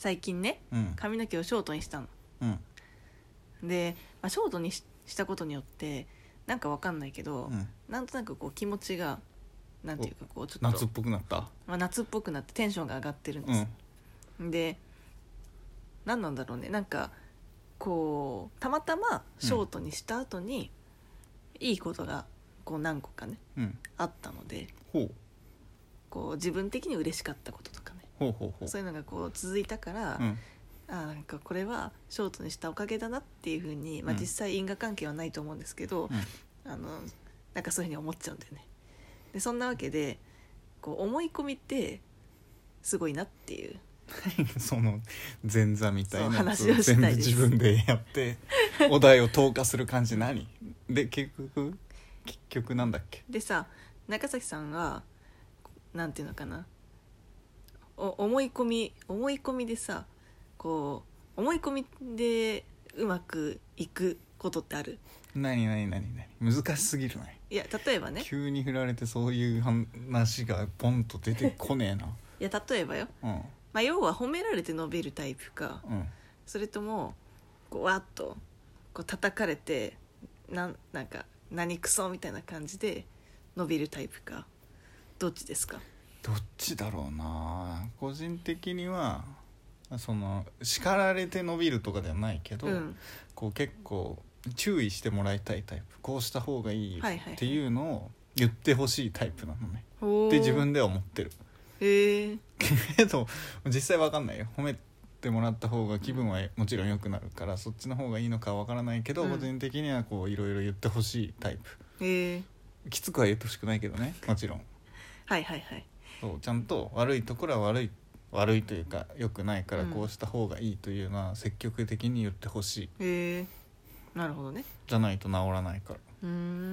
最近ね、髪の毛をショートにしたの、で、ショートに したことによってなんかわかんないけど、なんとなくこう気持ちがなんていうかこうちょっと夏っぽくなった、 夏っぽくなってテンションが上がってるんです、で何なんだろうね、なんかこうたまたまショートにした後に、いいことがこう何個かね、あったので、こう自分的に嬉しかったこととかね、そういうのがこう続いたから、なんかこれはショートにしたおかげだなっていう風に、実際因果関係はないと思うんですけど、なんかそういう風に思っちゃうんだよね。でそんなわけでこう思い込みってすごいなっていうその前座みたいなやつ話をしたい全部です自分でやってお題を投下する感じ何で結局なんだっけ。 でさ、中崎さんがなんていうのかな、思い込みでさ、こう思い込みでうまくいくことってある？ 何難しすぎるね。 いや例えばね、 急に振られてそういう話がポンと出てこねえな。 いや例えばよ、要は褒められて伸びるタイプか、それともこうわっとこう叩かれてなんか何クソみたいな感じで伸びるタイプか、どっちですか？ どっちだろうな。個人的にはその叱られて伸びるとかではないけど、こう結構注意してもらいたいタイプ、こうした方がいいっていうのを言ってほしいタイプなのね、って自分では思ってる。けど実際わかんないよ。褒めてもらった方が気分はもちろん良くなるから、そっちの方がいいのかわからないけど、個人的にはこういろいろ言ってほしいタイプ。きつくは言ってほしくないけどね、もちろん。そうちゃんと悪いところは悪いというか良くないからこうした方がいいというのは積極的に言ってほしい。 なるほどね。 じゃないと治らないから。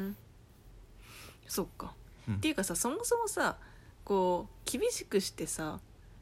そっか、っていうかさ、そもそもさこう厳しくしてさ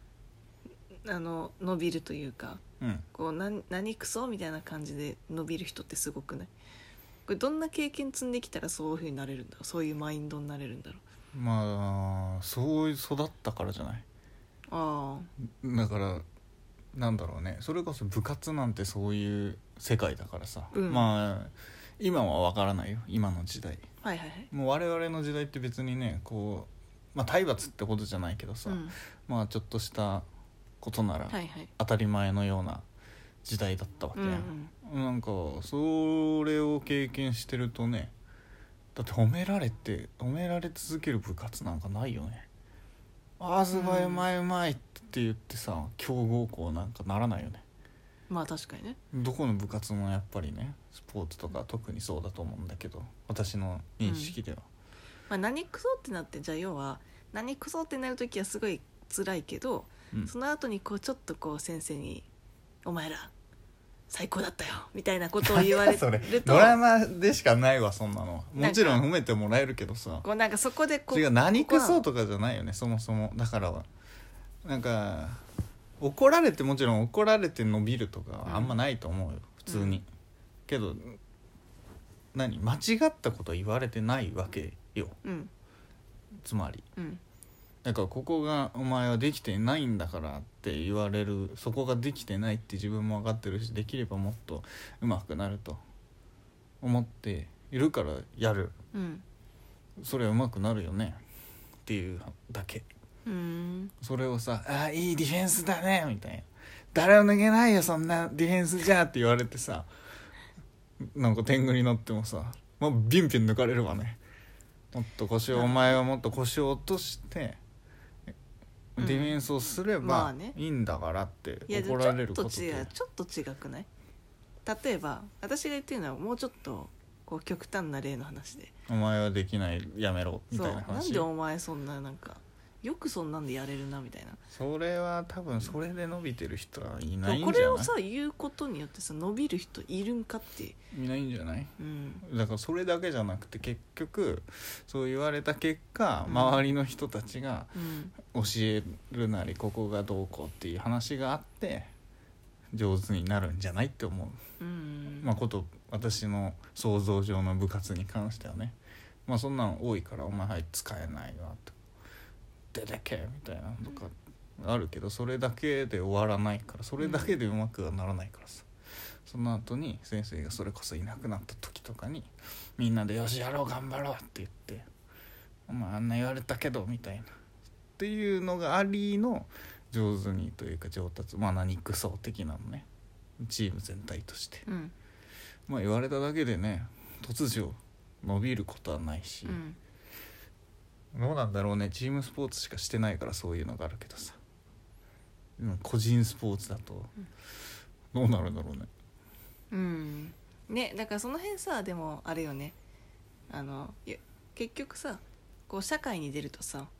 伸びるというか、こう何クソみたいな感じで伸びる人ってすごくない？これどんな経験積んできたらそういう風になれるんだろう、そういうマインドになれるんだろう。 まあそう育ったからじゃない。だからなんだろうね、それこそ部活なんてそういう世界だからさ、まあ今は分からないよ、今の時代。もう我々の時代って別にね、こう体罰ってことじゃないけどさ、まあちょっとしたことなら当たり前のような時代だったわけや、なんかそれを経験してるとね、だって褒められ続ける部活なんかないよね。すごいうまいうまいって言ってさ強豪校なんかならないよね。 まあ確かにね。 どこの部活もやっぱりね、スポーツとか特にそうだと思うんだけど、私の認識では、 何クソってなって、じゃあ要は何クソってなるときはすごい辛いけど、その後にこうちょっとこう先生にお前ら最高だったよみたいなことを言われるとドラマでしかないわ、そんなの。もちろん褒めてもらえるけどさ、 こうなんかそこでこう違う、何クソとかじゃないよね、そもそも。だからはなんか怒られて、もちろん怒られて伸びるとかあんまないと思うよ、普通に。けど間違ったこと言われてないわけよ、つまり、だからここがお前はできてないんだからって言われる、そこができてないって自分も分かってるし、できればもっと上手くなると思っているからやる、それは上手くなるよねっていうだけ。それをさ、いいディフェンスだねみたいな、誰も抜けないよそんなディフェンスじゃって言われてさ、なんか天狗になってもさ、もうビンビン抜かれるわね。もっとお前はもっと腰を落としてディフェンスをすればいいんだからって怒られることって、 ちょっと違くない？例えば私が言ってるのはもうちょっとこう極端な例の話で、 お前はできない、やめろみたいな話。 なんでお前そんななんかよくそんなんでやれるなみたいな。それは多分それで伸びてる人はいないんじゃない？ これをさ言うことによってさ伸びる人いるんかって。 いないんじゃない？だからそれだけじゃなくて、結局そう言われた結果、周りの人たちが教えるなり、ここがどうこうっていう話があって上手になるんじゃないって思う。私の想像上の部活に関してはね、そんなの多いから、お前使えないわと出てけみたいなとか、 あるけど、それだけで終わらないから、それだけでうまくはならないからさ、その後に先生がそれこそいなくなった時とかにみんなでよしやろう頑張ろうって言って、お前あんな言われたけどみたいなっていうのがありの上手にというか上達、まあ何クソ的なのね、チーム全体として、まあ言われただけでね突如伸びることはないし、どうなんだろうね、チームスポーツしかしてないからそういうのがあるけどさ、個人スポーツだとどうなるんだろうね。 ね、だからその辺さ、でもあれよね、結局さこう社会に出るとさ、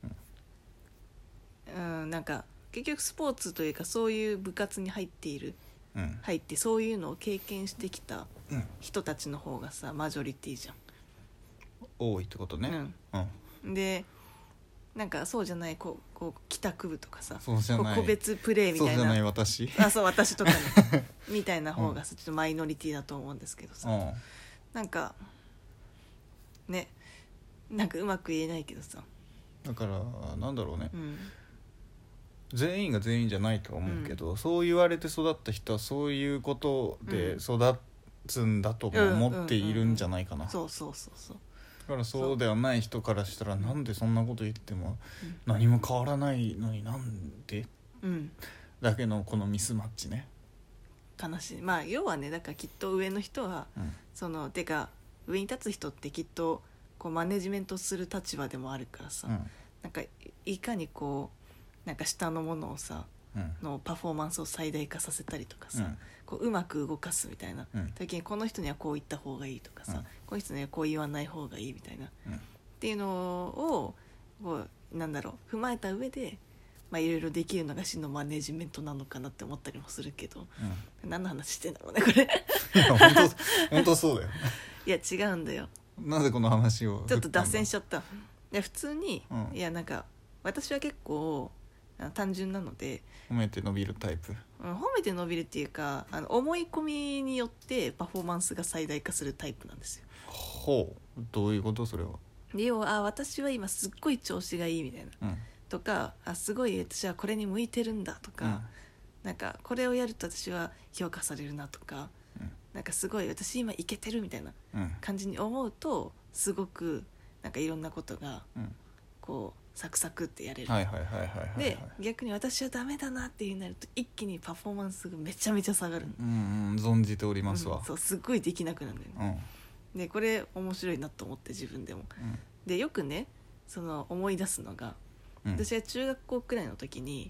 なんか結局スポーツというかそういう部活に入ってそういうのを経験してきた人たちの方がさマジョリティじゃん。 多いってことね。 でなんかそうじゃないこう帰宅部とかさ、 そうじゃない個別プレーみたいな、 そうじゃない私そう私とかねみたいな方がさちょっとマイノリティだと思うんですけどさ、なんかね、なんかうまく言えないけどさ、 だからなんだろうね、全員が全員じゃないとは思うけど、そう言われて育った人はそういうことで育つんだとも思っているんじゃないかな。 そうだからそうではない人からしたらなんでそんなこと言っても何も変わらないのになんで、だけのこのミスマッチね、 悲しい。まあ要はね、だからきっと上の人は、そのてか上に立つ人ってきっとこうマネジメントする立場でもあるからさ、なんかいかにこうなんか下のものをさ、のパフォーマンスを最大化させたりとかさ、こううまく動かすみたいな、時にこの人にはこう言った方がいいとかさ、この人にはこう言わない方がいいみたいな、っていうのをこうなんだろう踏まえた上で、まあいろいろできるのが市のマネジメントなのかなって思ったりもするけど、何の話してんだろうねこれいや本当そうだよいや違うんだよ、 なぜこの話をちょっと脱線しちゃった。いや普通に、いやなんか私は結構単純なので褒めて伸びるタイプ、 褒めて伸びるっていうか思い込みによってパフォーマンスが最大化するタイプなんですよ。 ほう、どういうことそれは。 で要は私は今すっごい調子がいいみたいな、とかすごい私はこれに向いてるんだとか、なんかこれをやると私は評価されるなとか、なんかすごい私今イケてるみたいな感じに思うとすごくなんかいろんなことがこうサクサクってやれる。で逆に私はダメだなっていうなると一気にパフォーマンスがめちゃめちゃ下がる。 存じておりますわ。 そうすっごいできなくなるんだよね。でこれ面白いなと思って自分でも。でよくねその思い出すのが、私は中学校くらいの時に、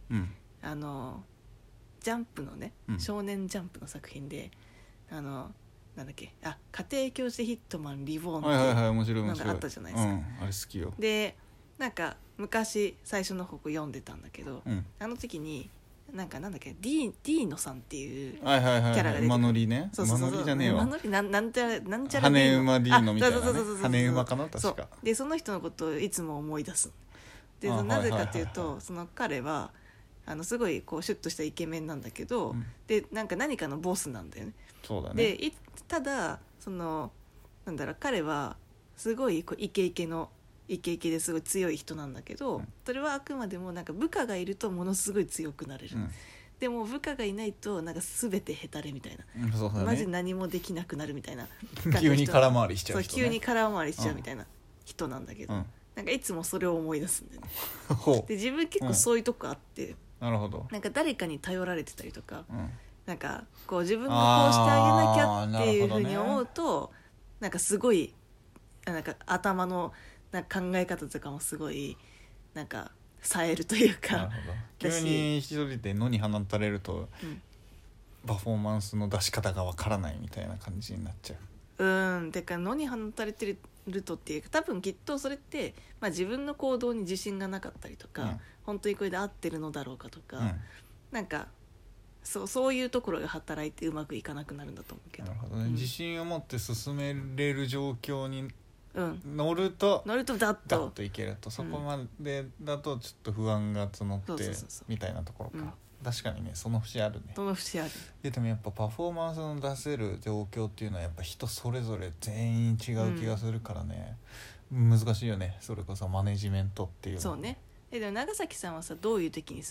ジャンプのね、少年ジャンプの作品でなんだっけ、家庭教師ヒットマンリボーンってなんかあったじゃないですか。 あれ好きよ。 でなんか昔最初の方読んでたんだけど、あの時になんだっけディーノさんっていうキャラが出てくる。 馬乗りね。馬乗りじゃねえわ。 馬乗りなんちゃら羽馬ディーノみたいなね。羽馬かな確か。 でその人のことをいつも思い出す。でなぜかというとその彼はすごいこうシュッとしたイケメンなんだけど、で何かのボスなんだよね。 そうだね。 でただそのなんだろう彼はすごいこうイケイケですごい強い人なんだけど、それはあくまでもなんか部下がいるとものすごい強くなれる、でも部下がいないとなんか全てヘタレみたいな、 そうだね、 マジ何もできなくなるみたいな急に空回りしちゃう人、ね、 そう急に空回りしちゃうみたいな人なんだけど、なんかいつもそれを思い出すんだよねで自分結構そういうとこあって、 なるほど、 なんか誰かに頼られてたりとか、なんかこう自分がこうしてあげなきゃっていうふうに思うと、なんかすごいなんか頭のなんか考え方とかもすごいなんか冴えるというか、 急に一人で野に放たれると、パフォーマンスの出し方がわからないみたいな感じになっちゃう。 てか野に放たれてるとっていうか、多分きっとそれって、まあ、自分の行動に自信がなかったりとか、本当にこれで合ってるのだろうかとか、なんかそういうところが働いてうまくいかなくなるんだと思うけど。 なるほどね、自信を持って進めれる状況に乗るとダッといけると、そこまでだとちょっと不安が募ってみたいなところか、確かにね、その節あるね。 その節ある。 でもやっぱパフォーマンスの出せる状況っていうのはやっぱ人それぞれ全員違う気がするからね、難しいよね。それこそマネジメントっていうの。 そうね。でも長崎さんはさ、どういう時にさ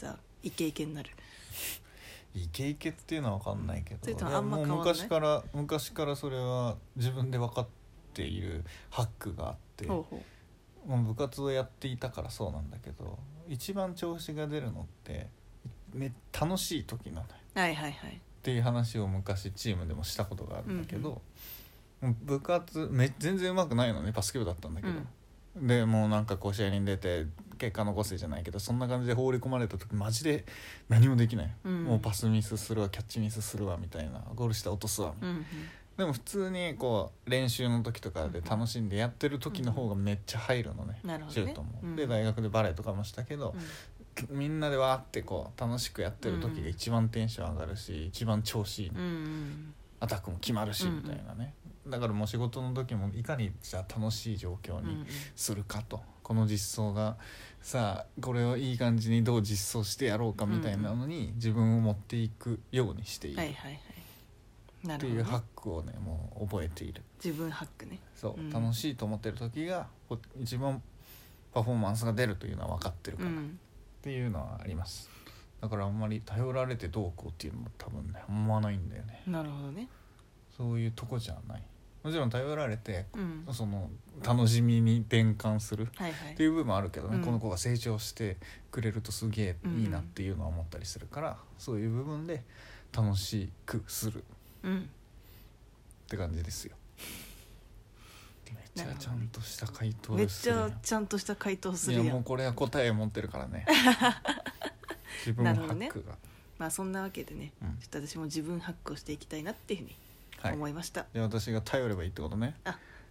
イケイケになる。 イケイケっていうのは分かんないけど、 それともあんまもう変わんない昔からそれは自分で分かっているハックがあって、 ほうほもう部活をやっていたからそうなんだけど、一番調子が出るのって楽しい時なのよう。はいはいはい。 っていう話を昔チームでもしたことがあるんだけど、もう部活全然上手くないのね、バスケ部だったんだけど、でもうなんかこう試合に出て結果残せじゃないけど、そんな感じで放り込まれた時マジで何もできない、もうパスミスするわ、キャッチミスするわみたいな、ゴール下落とすわみたいな、でも普通にこう練習の時とかで楽しんでやってる時の方がめっちゃ入るのね、シュートも、で大学でバレーとかもしたけど、みんなでわーってこう楽しくやってる時が一番テンション上がるし、一番調子いいの、アタックも決まるしみたいなね、だからもう仕事の時もいかにじゃあ楽しい状況にするかと、この実装がさあこれをいい感じにどう実装してやろうかみたいなのに自分を持っていくようにしているっていうハックをねもう覚えている。 自分ハックね。 そう、楽しいと思ってる時が一番パフォーマンスが出るというのは分かってるから、っていうのはあります。だからあんまり頼られてどうこうっていうのも多分ね思わないんだよね。 なるほどね。 そういうとこじゃない。もちろん頼られて、その楽しみに転換するっていう部分もあるけどね、この子が成長してくれるとすげえいいなっていうのは思ったりするから、そういう部分で楽しくする、って感じですよ。めっちゃちゃんとした回答でする。 めっちゃちゃんとした回答するやん。 いやもうこれは答え持ってるからね自分ハックが、 まあそんなわけでね、ちょっと私も自分ハックをしていきたいなっていうふうに思いました。 で私が頼ればいいってことね。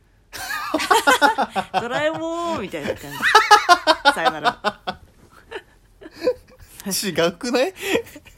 ドラえもんみたいな感じさよなら違くない